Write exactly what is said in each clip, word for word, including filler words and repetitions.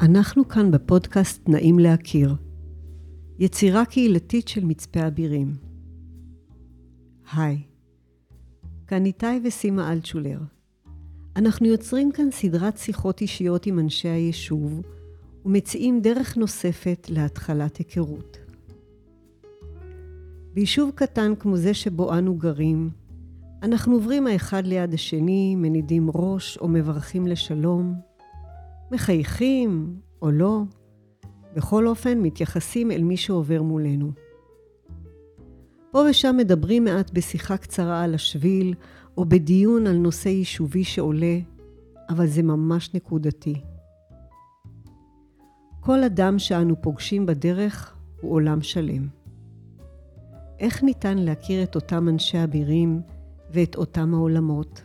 אנחנו כאן בפודקאסט נעים להכיר, יצירה קהילתית של מצפה אבירים. היי, כאן איתי וסימה אלטשולר. אנחנו יוצרים כאן סדרת שיחות אישיות עם אנשי היישוב, ומציעים דרך נוספת להתחלת היכרות. ביישוב קטן כמו זה שבו אנו גרים, אנחנו עוברים האחד ליד השני, מנידים ראש או מברכים לשלום, מחייכים או לא, בכל אופן מתייחסים אל מי שעובר מולנו. פה ושם מדברים מעט בשיחה קצרה על השביל, או בדיון על נושא יישובי שעולה, אבל זה ממש נקודתי. כל אדם שאנו פוגשים בדרך הוא עולם שלם. איך ניתן להכיר את אותם אנשי אבירים ואת אותם העולמות?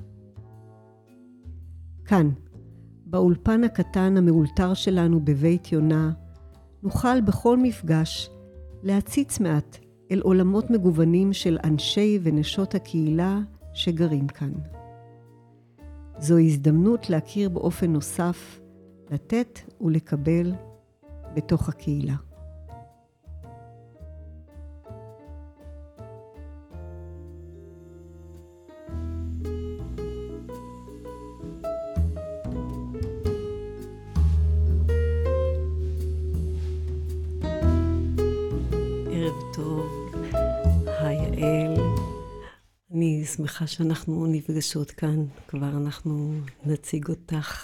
כאן, באולפן הקטן המאולתר שלנו בבית יונה, נוכל בכל מפגש להציץ מעט אל עולמות מגוונים של אנשי ונשות הקהילה שגרים כאן. זו הזדמנות להכיר באופן נוסף, לתת ולקבל בתוך הקהילה. ערב טוב, היי יעל. אני שמחה שאנחנו נפגשות כאן, כבר אנחנו נציג אותך,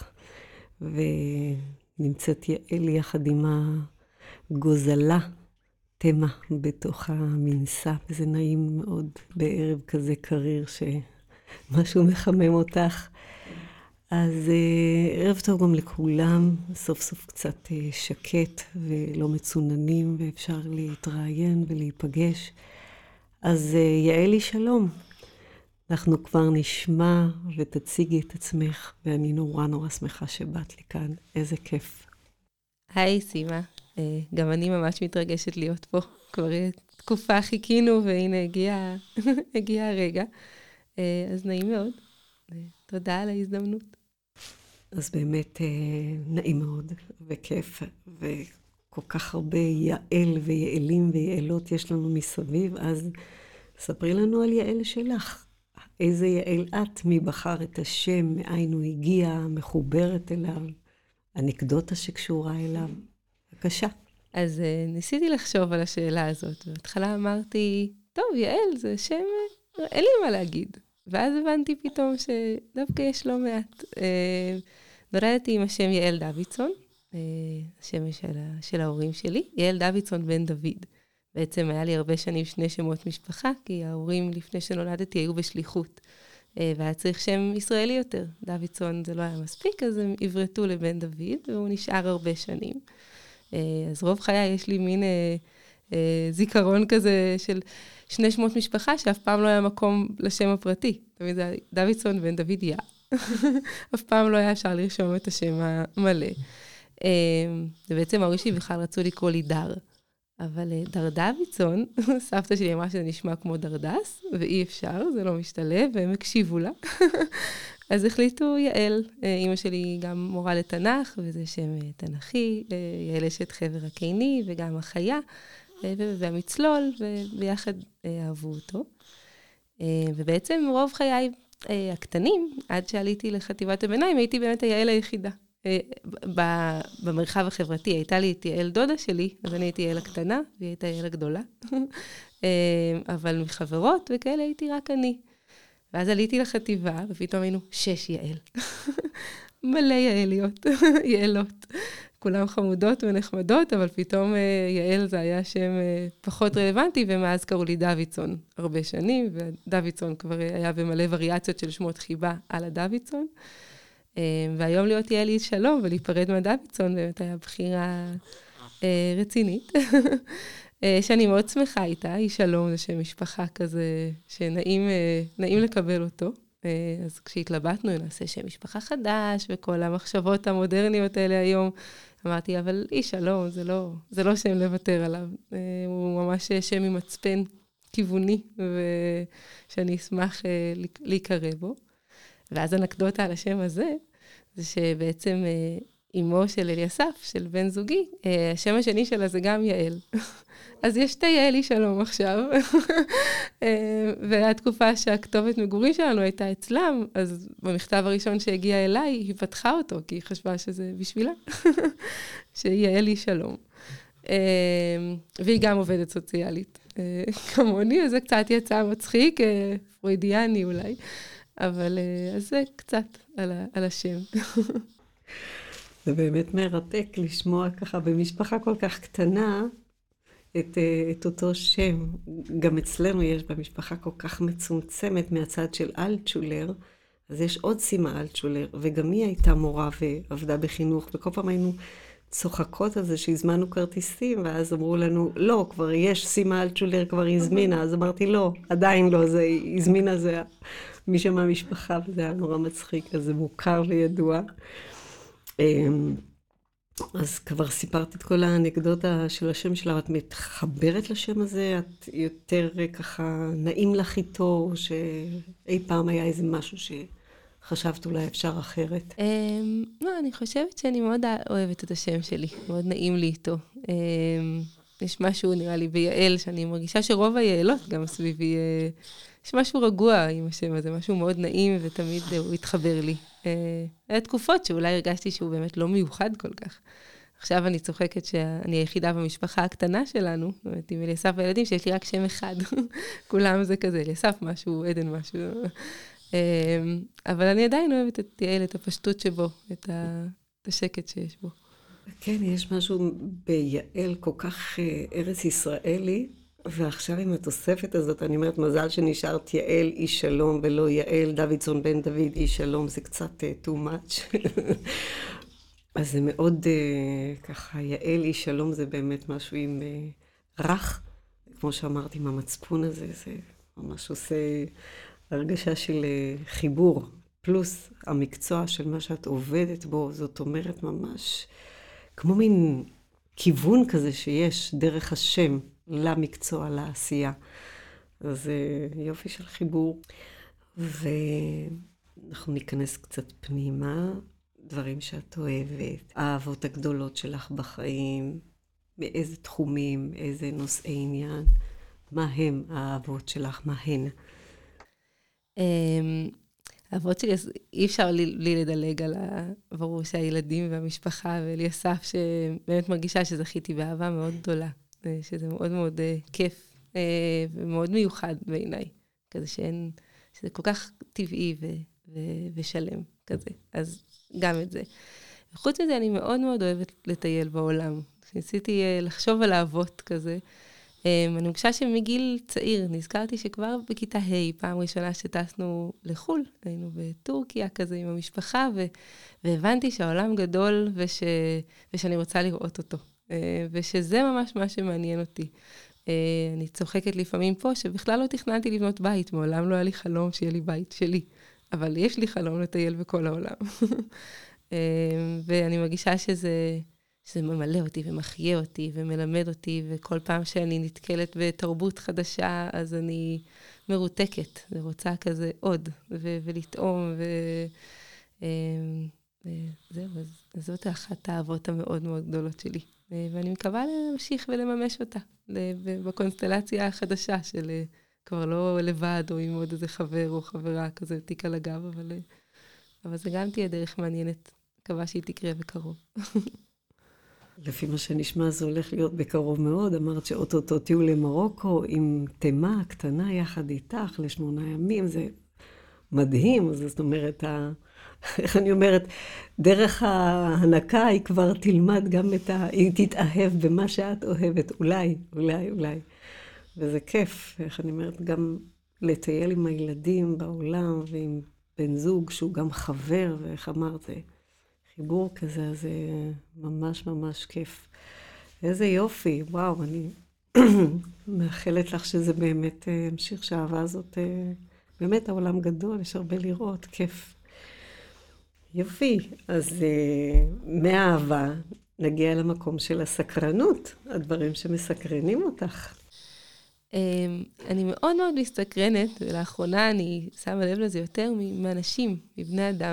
ונמצאת יעל יחד עם הגוזלה, תמה, בתוך המנסה, וזה נעים מאוד בערב כזה קריר שמשהו מחמם אותך. אז ערב טוב גם לכולם, סוף סוף קצת שקט ולא מצוננים, ואפשר להתראיין ולהיפגש. אז יעלי שלום, אנחנו כבר נשמע ותציגי את עצמך, ואני נורא נורא שמחה שבאת לי כאן, איזה כיף. היי סימה, גם אני ממש מתרגשת להיות פה, כבר תקופה חיכינו והנה הגיע, הגיע הרגע, אז נעים מאוד, תודה על ההזדמנות. אז באמת נעים מאוד וכיף, וכל כך הרבה יעל ויעלים ויעלות יש לנו מסביב, אז ספרי לנו על יעל שלך. איזה יעל את, מי בחר את השם, מאין הוא הגיע, מחוברת אליו, אנקדוטה שקשורה אליו. בבקשה. אז ניסיתי לחשוב על השאלה הזאת, בהתחלה אמרתי, טוב, יעל זה שם, אין לי מה להגיד. ואז הבנתי פתאום שדווקא יש לא מעט. נולדתי עם השם יעל דוידסון, השם של, של ההורים שלי, יעל דוידסון בן דוד. בעצם היה לי הרבה שנים שני שמות משפחה, כי ההורים לפני שנולדתי היו בשליחות, והיה צריך שם ישראלי יותר. דוידסון זה לא היה מספיק, אז הם עברתו לבן דוד, והוא נשאר הרבה שנים. אז רוב חיי יש לי מין זיכרון כזה של שני שמות משפחה, שאף פעם לא היה מקום לשם הפרטי. תמיד זה דוידסון בן דוד יא. אף פעם לא היה אפשר לרשום את השם המלא. ובעצם ההורים שלי בכלל רצו לקרוא לי דר. אבל דר דוידסון, סבתא שלי אמרה שזה נשמע כמו דרדס, ואי אפשר, זה לא משתלב, והם הקשיבו לה. אז החליטו יעל, אמא שלי גם מורה לתנ"ך, וזה שם תנ"כי, יעל אשת חבר הקיני, וגם החיה, והמצלול, וביחד אהבו אותו. ובעצם רוב חיי הקטנים, עד שעליתי לחטיבת הביניים, הייתי באמת היעל היחידה. במרחב החברתי הייתה לי את יעל דודה שלי, אז אני הייתי יעל הקטנה, והיא הייתה יעל הגדולה. אבל מחברות וכאלה הייתי רק אני. ואז עליתי לחטיבה, ופתאום היינו שש יעל. מלא יעליות, יעלות. כולם חמודות ונחמדות, אבל פתאום יעל זה היה שם פחות רלוונטי, ומאז קראו לי דוידסון הרבה שנים, ודוידסון כבר היה במלא וריאציות של שמות חיבה על הדוידסון. והיום להיות יעלי שלום ולהיפרד מהדוידסון, באמת היה בחירה רצינית, שאני מאוד שמחה איתה. היא שלום, זה שם משפחה כזה שנעים לקבל אותו. אז כשהתלבטנו, נעשה שם משפחה חדש, וכל המחשבות המודרניות האלה היום, אמרתי, אבל היא שלום, זה לא, זה לא שם לוותר עליו. הוא ממש שם עם מצפן כיווני, ושאני אשמח להיקרא בו. ואז אנקדוטה על השם הזה, זה שבעצם אמו של אליסף, של בן זוגי, השם השני שלה זה גם יעל. אז יש שתי יעלי שלום עכשיו. והתקופה שהכתובת מגורים שלנו הייתה אצלם, אז במכתב הראשון שהגיע אליי, היא פתחה אותו, כי היא חשבה שזה בשבילה. שיעלי שלום. והיא גם עובדת סוציאלית. כמוני, אז זה קצת יצא מצחיק, פרוידיאני אולי. אבל אז זה קצת על, על השם. זה באמת מרתק לשמוע ככה במשפחה כל כך קטנה את, את אותו שם. גם אצלנו יש במשפחה כל כך מצומצמת מהצד של אלטשולר, אז יש עוד סימה אלטשולר, וגם היא הייתה מורה ועבדה בחינוך, וכל פעם היינו צוחקות על זה שהזמנו כרטיסים, ואז אמרו לנו, לא, כבר יש סימה אלטשולר, כבר הזמינה, אז אמרתי, לא, עדיין לא, זה הזמינה, זה מישהו מהמשפחה, וזה היה נורא מצחיק, אז זה מוכר וידוע. אז כבר סיפרת את כל האנקדוטה של השם שלה, את מתחברת לשם הזה, את יותר ככה נעים לך איתו, שאי פעם היה איזה משהו שחשבת אולי אפשר אחרת? לא, אני חושבת שאני מאוד אוהבת את השם שלי, מאוד נעים לי איתו. יש משהו נראה לי ביעל, שאני מרגישה שרוב היעלות גם סביבי, יש משהו רגוע עם השם הזה, משהו מאוד נעים ותמיד הוא התחבר לי. היה תקופות שאולי הרגשתי שהוא באמת לא מיוחד כל כך. עכשיו אני צוחקת שאני היחידה במשפחה הקטנה שלנו, זאת אומרת, עם אליסף והילדים, שיש לי רק שם אחד. כולם זה כזה, אליסף משהו, עדן משהו. אבל אני עדיין אוהבת את יעל, את הפשטות שבו, את השקט שיש בו. כן, יש משהו ביעל כל כך ארץ ישראלי, ועכשיו עם התוספת הזאת, אני אומרת, מזל שנשארת יעל איש שלום, ולא יעל דוידסון בן דוד איש שלום, זה קצת uh, too much. אז זה מאוד uh, ככה, יעל איש שלום זה באמת משהו עם uh, רך, כמו שאמרתי, עם המצפון הזה, זה ממש עושה הרגשה של uh, חיבור, פלוס המקצוע של מה שאת עובדת בו, זאת אומרת ממש כמו מין כיוון כזה שיש דרך השם, למקצוע, לעשייה. אז זה יופי של חיבור. ואנחנו ניכנס קצת פנימה, דברים שאת אוהבת, האהבות הגדולות שלך בחיים, באיזה תחומים, איזה נושאי עניין, מה הם האהבות שלך, מה הן? האהבות שלי, אי אפשר לי, לי לדלג על ברור שהילדים והמשפחה ואליסף, שבאמת מרגישה שזכיתי באהבה מאוד גדולה. שזה מאוד מאוד uh, כיף uh, ומאוד מיוחד בעיניי, כזה שאין, שזה כל כך טבעי ו, ו, ושלם כזה, אז גם את זה. וחוץ מזה אני מאוד מאוד אוהבת לטייל בעולם, ניסיתי uh, לחשוב על אהבות כזה, um, אני חושבת שמגיל צעיר, נזכרתי שכבר בכיתה ה' פעם ראשונה שטסנו לחול, היינו בטורקיה כזה עם המשפחה, ו, והבנתי שהעולם גדול וש, ושאני רוצה לראות אותו. ושזה ממש מה שמעניין אותי. אני צוחקת לפעמים פה, שבכלל לא תכננתי לבנות בית, מעולם לא היה לי חלום שיהיה לי בית שלי, אבל יש לי חלום לטייל בכל העולם. ואני מרגישה שזה, שזה ממלא אותי ומחיה אותי ומלמד אותי, וכל פעם שאני נתקלת בתרבות חדשה, אז אני מרותקת, ורוצה כזה עוד, ו- ולטעום, ו- וזהו, אז זאת אחת האהבות המאוד מאוד גדולות שלי. ואני מקווה להמשיך ולממש אותה, בקונסטלציה החדשה של כבר לא לבד, או עם עוד איזה חבר או חברה כזה תיק על הגב, אבל, אבל זה גם תהיה דרך מעניינת. מקווה שהיא תקרה בקרוב. לפי מה שנשמע זה הולך להיות בקרוב מאוד. אמרת שאוטוטו תהיו למרוקו עם תמה קטנה יחד איתך לשמונה ימים, זה מדהים. אז זאת אומרת, ה... איך אני אומרת, דרך ההנקה היא כבר תלמד גם את ה... היא תתאהב במה שאת אוהבת, אולי, אולי, אולי. וזה כיף, איך אני אומרת, גם לטייל עם הילדים בעולם, ועם בן זוג שהוא גם חבר, ואיך אמרת, זה חיבור כזה, אז זה ממש ממש כיף. איזה יופי, וואו, אני מאחלת לך שזה באמת המשיך שהאהבה הזאת, באמת העולם גדול, יש הרבה לראות, כיף. יופי, אז uh, מהאהבה נגיע למקום של הסקרנות, הדברים שמסקרנים אותך. Um, אני מאוד מאוד מסתקרנת, ולאחרונה אני שמה לב לזה יותר מאנשים, מבני אדם. Um,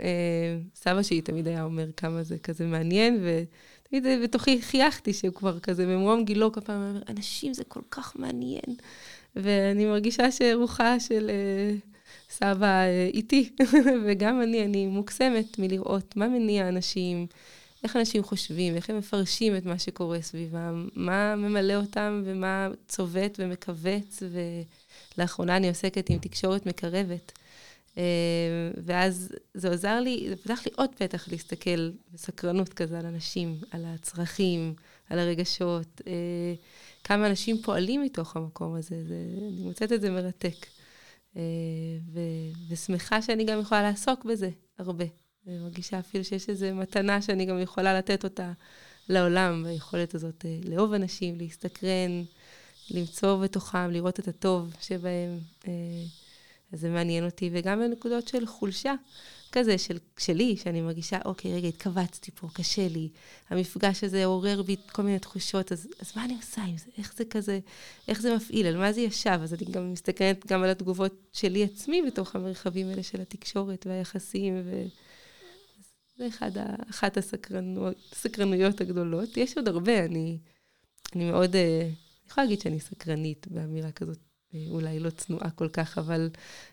סבא שלי תמיד היה אומר כמה זה כזה מעניין, ותמיד בתוכי חייכתי שהוא כבר כזה ממרום גילו, כל פעם אומר, אנשים זה כל כך מעניין. ואני מרגישה שרוחה של סבא איתי, וגם אני, אני מוקסמת מלראות מה מניע אנשים, איך אנשים חושבים, איך הם מפרשים את מה שקורה סביבם, מה ממלא אותם ומה צובט ומקווץ, ולאחרונה אני עוסקת עם תקשורת מקרבת. ואז זה עוזר לי, זה פתח לי עוד פתח להסתכל בסקרנות כזה על אנשים, על הצרכים, על הרגשות, כמה אנשים פועלים מתוך המקום הזה, זה, אני מוצאת את זה מרתק. ו, ושמחה שאני גם יכולה לעסוק בזה הרבה. אני מרגישה אפילו שיש איזו מתנה שאני גם יכולה לתת אותה לעולם, והיכולת הזאת לאהוב אנשים, להסתקרן, למצוא בתוכם, לראות את הטוב שבהם. אז זה מעניין אותי, וגם בנקודות של חולשה כזה של, שלי, שאני מרגישה, אוקיי, רגע, התכווצתי פה, קשה לי, המפגש הזה עורר בי כל מיני תחושות, אז, אז מה אני עושה עם זה? איך זה כזה, איך זה מפעיל, על מה זה ישב? אז אני גם מסתכלת גם על התגובות שלי עצמי, בתוך המרחבים האלה של התקשורת והיחסים, ו... זה אחד ה, אחת הסקרנויות, הסקרנויות הגדולות. יש עוד הרבה, אני, אני מאוד, אני יכולה להגיד שאני סקרנית באמירה כזאת, אולי לא צנועה כל כך, אבל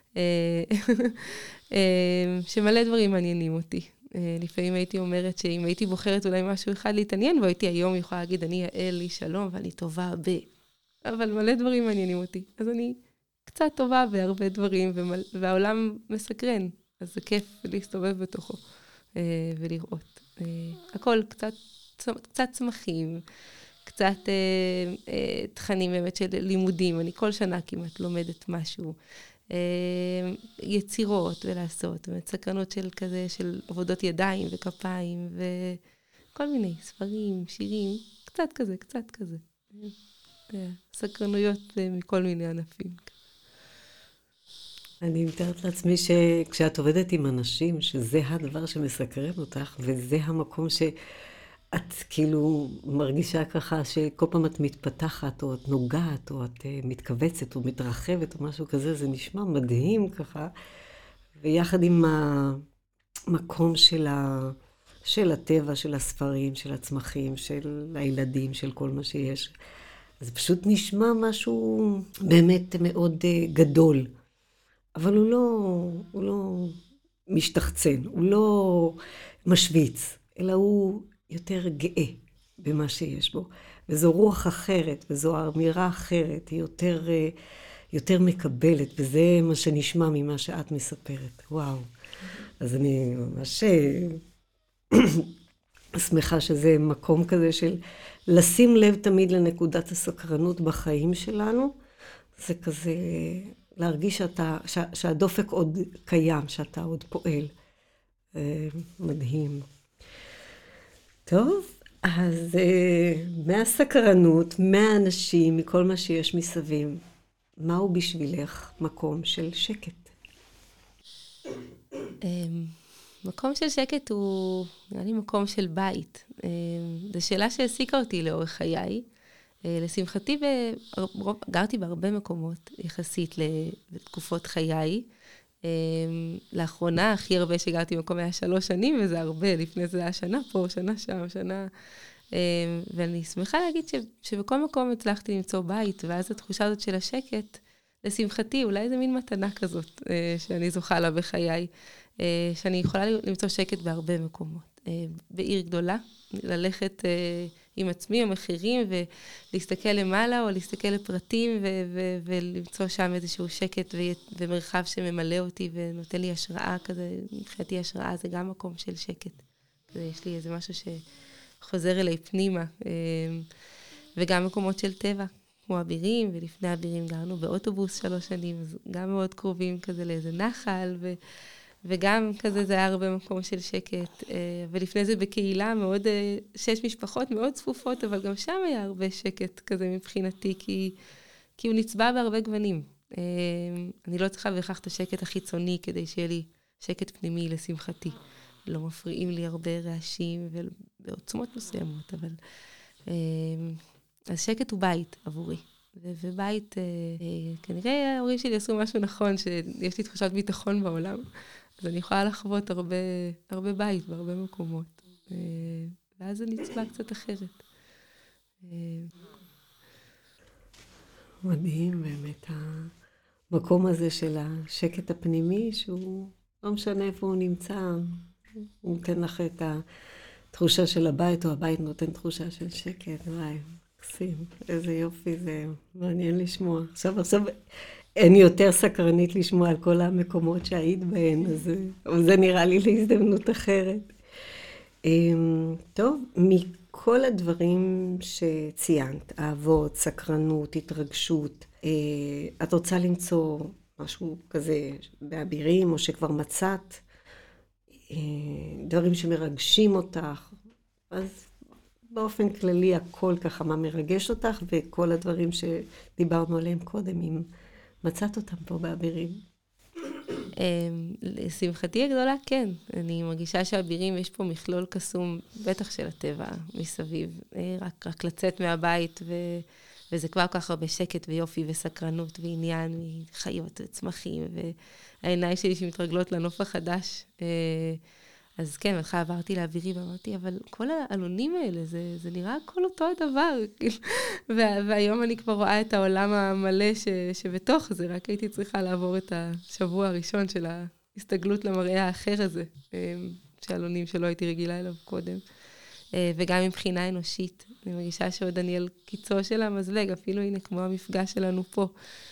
שמלא דברים מעניינים אותי. לפעמים הייתי אומרת שאם הייתי בוחרת אולי משהו אחד להתעניין, והייתי היום יכולה להגיד, אני יעל לי שלום, ואני טובה ב... אבל מלא דברים מעניינים אותי. אז אני קצת טובה בהרבה דברים, ומל... והעולם מסקרן. אז זה כיף להסתובב בתוכו ולראות. הכל קצת, קצת צמחים, קצת אה, אה, תכנים באמת של לימודים. אני כל שנה כמעט לומדת משהו. אה, יצירות ולעשות, סקרנות של כזה, של עבודות ידיים וכפיים, וכל מיני ספרים, שירים, קצת כזה, קצת כזה. אה, סקרנויות אה, מכל מיני ענפים. אני מתארת לעצמי שכשאת עובדת עם אנשים, שזה הדבר שמסקרן אותך, וזה המקום ש... את כאילו מרגישה ככה שכל פעם את מתפתחת, או את נוגעת, או את uh, מתכווצת, או מתרחבת, או משהו כזה, זה נשמע מדהים ככה. ויחד עם המקום של, ה... של הטבע, של הספרים, של הצמחים, של הילדים, של כל מה שיש. זה פשוט נשמע משהו באמת מאוד uh, גדול. אבל הוא לא, הוא לא משתחצן, הוא לא משוויץ, אלא הוא... יותר גאה במה שיש בו. וזו רוח אחרת, וזו אמירה אחרת, היא יותר, יותר מקבלת, וזה מה שנשמע ממה שאת מספרת. וואו. אז אני ממש שמחה שזה מקום כזה של לשים לב תמיד לנקודת הסקרנות בחיים שלנו. זה כזה להרגיש שאתה, שהדופק עוד קיים, שאתה עוד פועל. מדהים. טוב, אז מהסקרנות, מהאנשים, מכל מה שיש מסביב, מהו בשבילך מקום של שקט? מקום של שקט הוא, נראה לי, מקום של בית. זו שאלה שהעסיקה אותי לאורך חיי. לשמחתי, גרתי בהרבה מקומות יחסית לתקופות חיי. לאחרונה, הכי הרבה שגרתי במקום היה שלוש שנים, וזה הרבה, לפני זה היה שנה פה, שנה שם, שנה... ואני שמחה להגיד שבכל מקום הצלחתי למצוא בית, ואז התחושה הזאת של השקט, לשמחתי, אולי זה מין מתנה כזאת, שאני זוכה לה בחיי, שאני יכולה למצוא שקט בהרבה מקומות. בעיר גדולה, ללכת עם עצמי, עם אחרים, ולהסתכל למעלה, או להסתכל לפרטים, ו- ו- ולמצוא שם איזשהו שקט ו- ומרחב שממלא אותי, ונותן לי השראה כזה. מבחינתי השראה זה גם מקום של שקט. יש לי איזה משהו שחוזר אליי פנימה. וגם מקומות של טבע, כמו אבירים, ולפני אבירים גרנו באוטובוס שלוש שנים, אז גם מאוד קרובים כזה לאיזה נחל, ו... וגם כזה זה היה הרבה מקום של שקט, ולפני זה בקהילה מאוד, שש משפחות מאוד צפופות, אבל גם שם היה הרבה שקט כזה מבחינתי, כי, כי הוא נצבע בהרבה גוונים. אני לא צריכה בהכרח את השקט החיצוני, כדי שיהיה לי שקט פנימי לשמחתי. לא מפריעים לי הרבה רעשים, ובעוצמות מסוימות, אבל... אז שקט הוא בית עבורי. ובית, כנראה ההורים שלי עשו משהו נכון, שיש לי תחושת ביטחון בעולם. אז אני יכולה לחוות הרבה, הרבה בית בהרבה מקומות. ואז זה נצבע קצת אחרת. מדהים באמת המקום הזה של השקט הפנימי, שהוא לא משנה איפה הוא נמצא, הוא נותן לך את התחושה של הבית, או הבית נותן תחושה של שקט. וואי, מקסים, איזה יופי, זה מעניין לשמוע. עכשיו, עכשיו, אני יותר סקרנית לשמוע על כל המקומות שהיית בהן, אז זה נראה לי להזדמנות אחרת. טוב, מכל הדברים שציינת, אהבות, סקרנות, התרגשות, את רוצה למצוא משהו כזה באבירים, או שכבר מצאת, דברים שמרגשים אותך, אז באופן כללי הכל ככה מה מרגש אותך, וכל הדברים שדיברנו עליהם קודם, אם מצאת אותם פה באבירים. לשמחתי הגדולה, כן. אני מרגישה שהאבירים, יש פה מכלול קסום, בטח של הטבע מסביב. רק, רק לצאת מהבית, ו, וזה כבר ככה בשקט ויופי וסקרנות ועניין מחיות וצמחים, והעיניים שלי שמתרגלות לנוף החדש. אז כן, ואחר עברתי לאבירים, ואמרתי, אבל כל העלונים האלה, זה, זה נראה כל אותו הדבר. והיום אני כבר רואה את העולם המלא ש, שבתוך זה, רק הייתי צריכה לעבור את השבוע הראשון של ההסתגלות למראה האחר הזה, שעלונים שלא הייתי רגילה אליו קודם. וגם מבחינה אנושית, אני מרגישה שעוד אני על קיצו של המזלג, אפילו הנה כמו המפגש שלנו פה.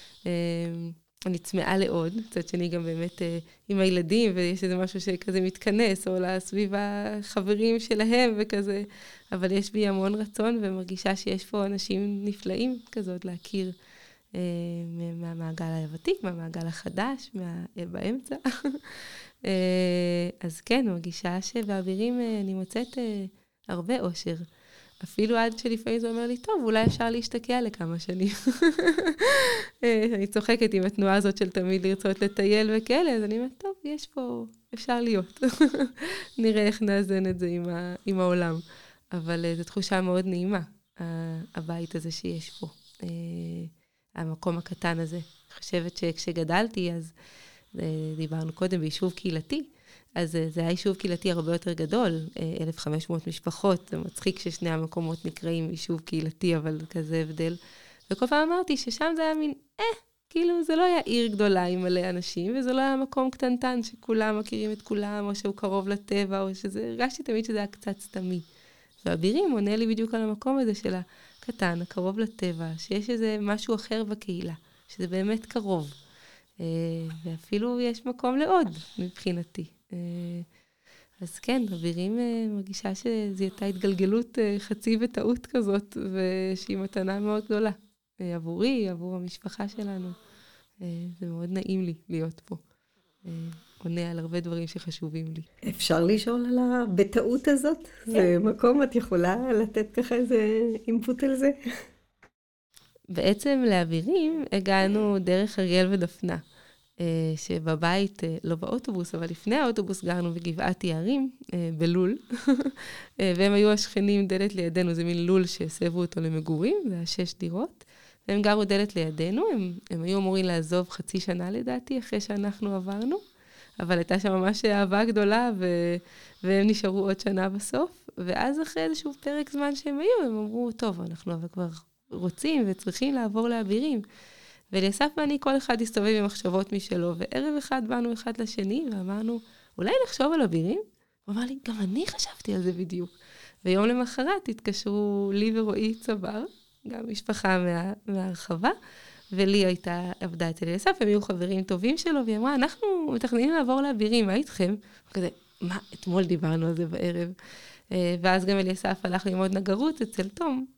אני צמאה לעוד, קצת שני גם באמת אה, עם הילדים, ויש איזה משהו שכזה מתכנס, או לסביב החברים שלהם וכזה, אבל יש בי המון רצון, ומרגישה שיש פה אנשים נפלאים כזאת להכיר אה, מהמעגל הוותיק, מהמעגל החדש, מה, אה, באמצע. אה, אז כן, מרגישה שבאבירים אה, אני מוצאת אה, הרבה אושר. אפילו עד שלפעמים זה אומר לי, טוב, אולי אפשר להשתקע לכמה שנים. אני צוחקת עם התנועה הזאת של תמיד לרצות לטייל וכאלה, אז אני אומרת, טוב, יש פה, אפשר להיות. נראה איך נאזן את זה עם, ה, עם העולם. אבל זו תחושה מאוד נעימה, הבית הזה שיש פה. המקום הקטן הזה. אני חושבת שכשגדלתי, אז דיברנו קודם ביישוב קהילתי, אז זה היה יישוב קהילתי הרבה יותר גדול, אלף וחמש מאות משפחות, זה מצחיק ששני המקומות נקראים יישוב קהילתי, אבל כזה הבדל. וכל פעם אמרתי ששם זה היה מין, אה, כאילו זה לא היה עיר גדולה עם מלא אנשים, וזה לא היה מקום קטנטן שכולם מכירים את כולם, או שהוא קרוב לטבע, או שזה, הרגשתי תמיד שזה היה קצת סתמי. והאבירים עונה לי בדיוק על המקום הזה של הקטן, הקרוב לטבע, שיש איזה משהו אחר בקהילה, שזה באמת קרוב. ואפילו יש מקום לעוד מבחינתי. אז כן, אבירים מרגישה שזו הייתה התגלגלות חצי וטעות כזאת, ושהיא מתנה מאוד גדולה. עבורי, עבור המשפחה שלנו. זה מאוד נעים לי להיות פה. עונה על הרבה דברים שחשובים לי. אפשר לשאול על הבטעות הזאת? זה מקום, את יכולה לתת ככה איזה אינפוט על זה? בעצם לאבירים הגענו דרך אריאל ודפנה. שבבית, לא באוטובוס, אבל לפני האוטובוס גרנו בגבעת יערים, בלול, והם היו השכנים דלת לידינו, זה מין לול שהסבו אותו למגורים, זה היה שש דירות, והם גרו דלת לידינו, הם, הם היו אמורים לעזוב חצי שנה לדעתי, אחרי שאנחנו עברנו, אבל הייתה שם ממש אהבה גדולה, ו, והם נשארו עוד שנה בסוף, ואז אחרי איזשהו פרק זמן שהם היו, הם אמרו, טוב, אנחנו אבל כבר רוצים וצריכים לעבור לאבירים, ואליסף ואני, כל אחד הסתובב עם מחשבות משלו, וערב אחד באנו אחד לשני, ואמרנו, אולי נחשוב על אבירים? הוא אמר לי, גם אני חשבתי על זה בדיוק. ויום למחרת התקשרו לי ורועי צבר, גם משפחה מה, מהרחבה, ולי הייתה עבדה אצל אליסף, הם היו חברים טובים שלו, והיא אמרה, אנחנו מתכננים לעבור לאבירים, מה איתכם? וכזה, מה, אתמול דיברנו על זה בערב. ואז גם אליסף הלך ללמוד נגרות אצל תום,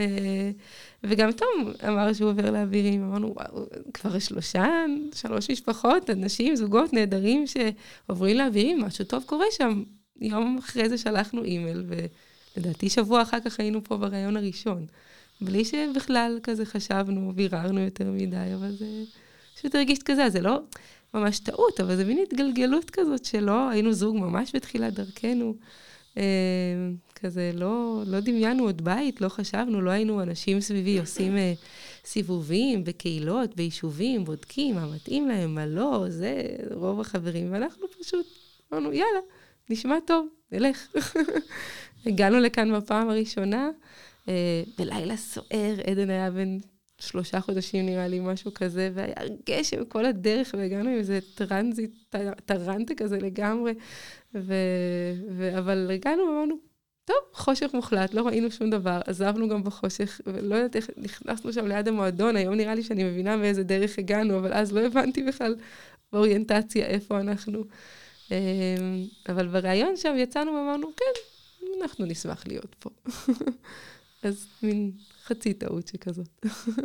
וגם תום אמר שהוא עובר לאבירים, אמרנו, וואו, כבר שלושה, שלוש משפחות, אנשים, זוגות נהדרים שעוברים לאבירים, משהו טוב קורה שם. יום אחרי זה שלחנו אימייל, ולדעתי שבוע אחר כך היינו פה ברעיון הראשון, בלי שבכלל כזה חשבנו, ביררנו יותר מדי, אבל זה פשוט הרגיש כזה, זה לא ממש טעות, אבל זה מין התגלגלות כזאת שלא, היינו זוג ממש בתחילת דרכנו, כזה לא, לא דמיינו עוד בית, לא חשבנו, לא היינו אנשים סביבי עושים אה, סיבובים בקהילות, ביישובים, בודקים מה מתאים להם, מה לא, זה רוב החברים, ואנחנו פשוט אמרנו, יאללה, נשמע טוב, נלך. הגענו לכאן בפעם הראשונה, אה, בלילה סוער, עדן היה בן שלושה חודשים נראה לי, משהו כזה, והיה גשם כל הדרך, והגענו עם איזה טרנזיט, טרנטה כזה לגמרי, ו... ו... אבל הגענו ואמרנו, טוב, חושך מוחלט, לא ראינו שום דבר, עזבנו גם בחושך, ולא יודעת איך נכנסנו שם ליד המועדון, היום נראה לי שאני מבינה מאיזה דרך הגענו, אבל אז לא הבנתי בכלל באוריינטציה איפה אנחנו. אבל ברעיון שם יצאנו ואמרנו, כן, אנחנו נשמח להיות פה. אז מין חצי טעות שכזאת.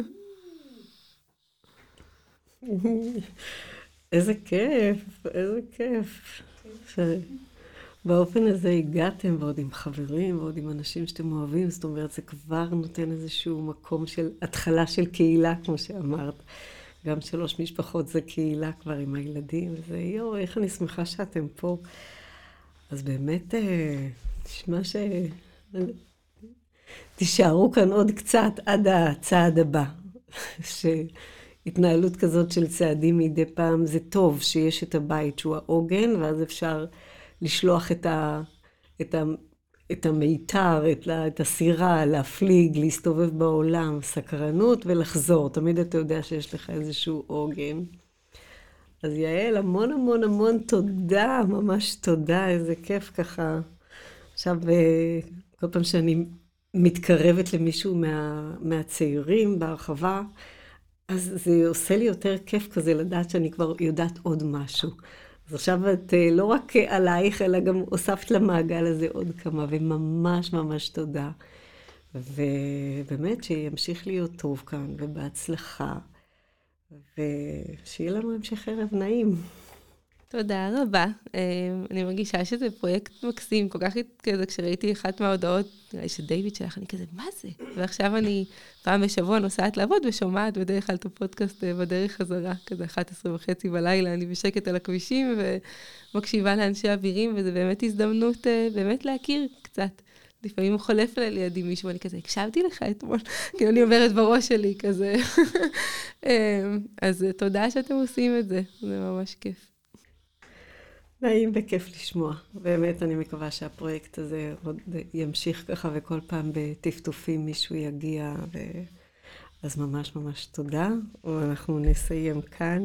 איזה כיף, איזה כיף. שבאופן הזה הגעתם, ועוד עם חברים, ועוד עם אנשים שאתם אוהבים, זאת אומרת, זה כבר נותן איזשהו מקום של התחלה של קהילה, כמו שאמרת. גם שלוש משפחות זה קהילה כבר עם הילדים, וזה, יו, איך אני שמחה שאתם פה. אז באמת, נשמע ש... תישארו כאן עוד קצת עד הצעד הבא. שהתנהלות כזאת של צעדים מדי פעם, זה טוב שיש את הבית שהוא העוגן, ואז אפשר לשלוח את, ה, את, ה, את המיתר, את, את הסירה, להפליג, להסתובב בעולם, סקרנות ולחזור. תמיד אתה יודע שיש לך איזשהו עוגן. אז יעל, המון המון המון תודה, ממש תודה, איזה כיף ככה. עכשיו, כל פעם שאני מתקרבת למישהו מה, מהצעירים בהרחבה, אז זה עושה לי יותר כיף כזה לדעת שאני כבר יודעת עוד משהו. אז עכשיו את לא רק עלייך, אלא גם הוספת למעגל הזה עוד כמה, וממש ממש תודה. ובאמת שימשיך להיות טוב כאן, ובהצלחה, ושיהיה לנו המשך ערב נעים. תודה רבה. אני מרגישה שזה פרויקט מקסים, כל כך כזה, כשראיתי אחת מההודעות, נראה לי שדייוויד שלך, אני כזה, מה זה? ועכשיו אני פעם בשבוע נוסעת לעבוד ושומעת בדרך כלל את הפודקאסט בדרך חזרה, כזה אחת עשרה וחצי בלילה, אני בשקט על הכבישים ומקשיבה לאנשי אווירים, וזה באמת הזדמנות באמת להכיר קצת. לפעמים הוא חולף לידי מישהו, ואני כזה, הקשבתי לך אתמול, כי אני אומרת בראש שלי כזה. אז תודה שאתם עושים את זה, זה ממש כיף. נעים וכיף לשמוע. באמת אני מקווה שהפרויקט הזה עוד ימשיך ככה, וכל פעם בטפטופים מישהו יגיע, ו... אז ממש ממש תודה, ואנחנו נסיים כאן.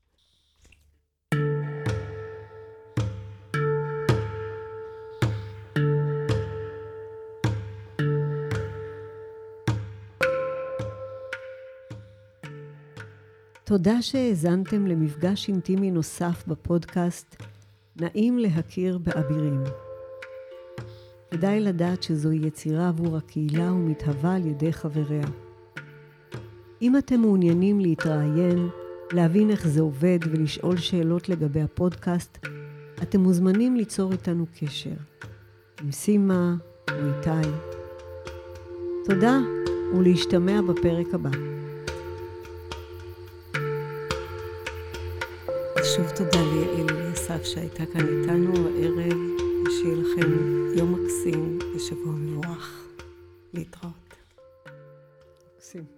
תודה שהאזנתם למפגש אינטימי נוסף בפודקאסט, נעים להכיר באבירים. כדאי לדעת שזוהי יצירה עבור הקהילה ומתהווה על ידי חבריה. אם אתם מעוניינים להתראיין, להבין איך זה עובד ולשאול שאלות לגבי הפודקאסט, אתם מוזמנים ליצור איתנו קשר. עם סימה או איתי. תודה ולהשתמע בפרק הבא. שוב תודה ליעל וליסף שהייתה כאן איתנו הערב, ושיהיה לכם יום מקסים ושבוע מבורך. להתראות. מקסים.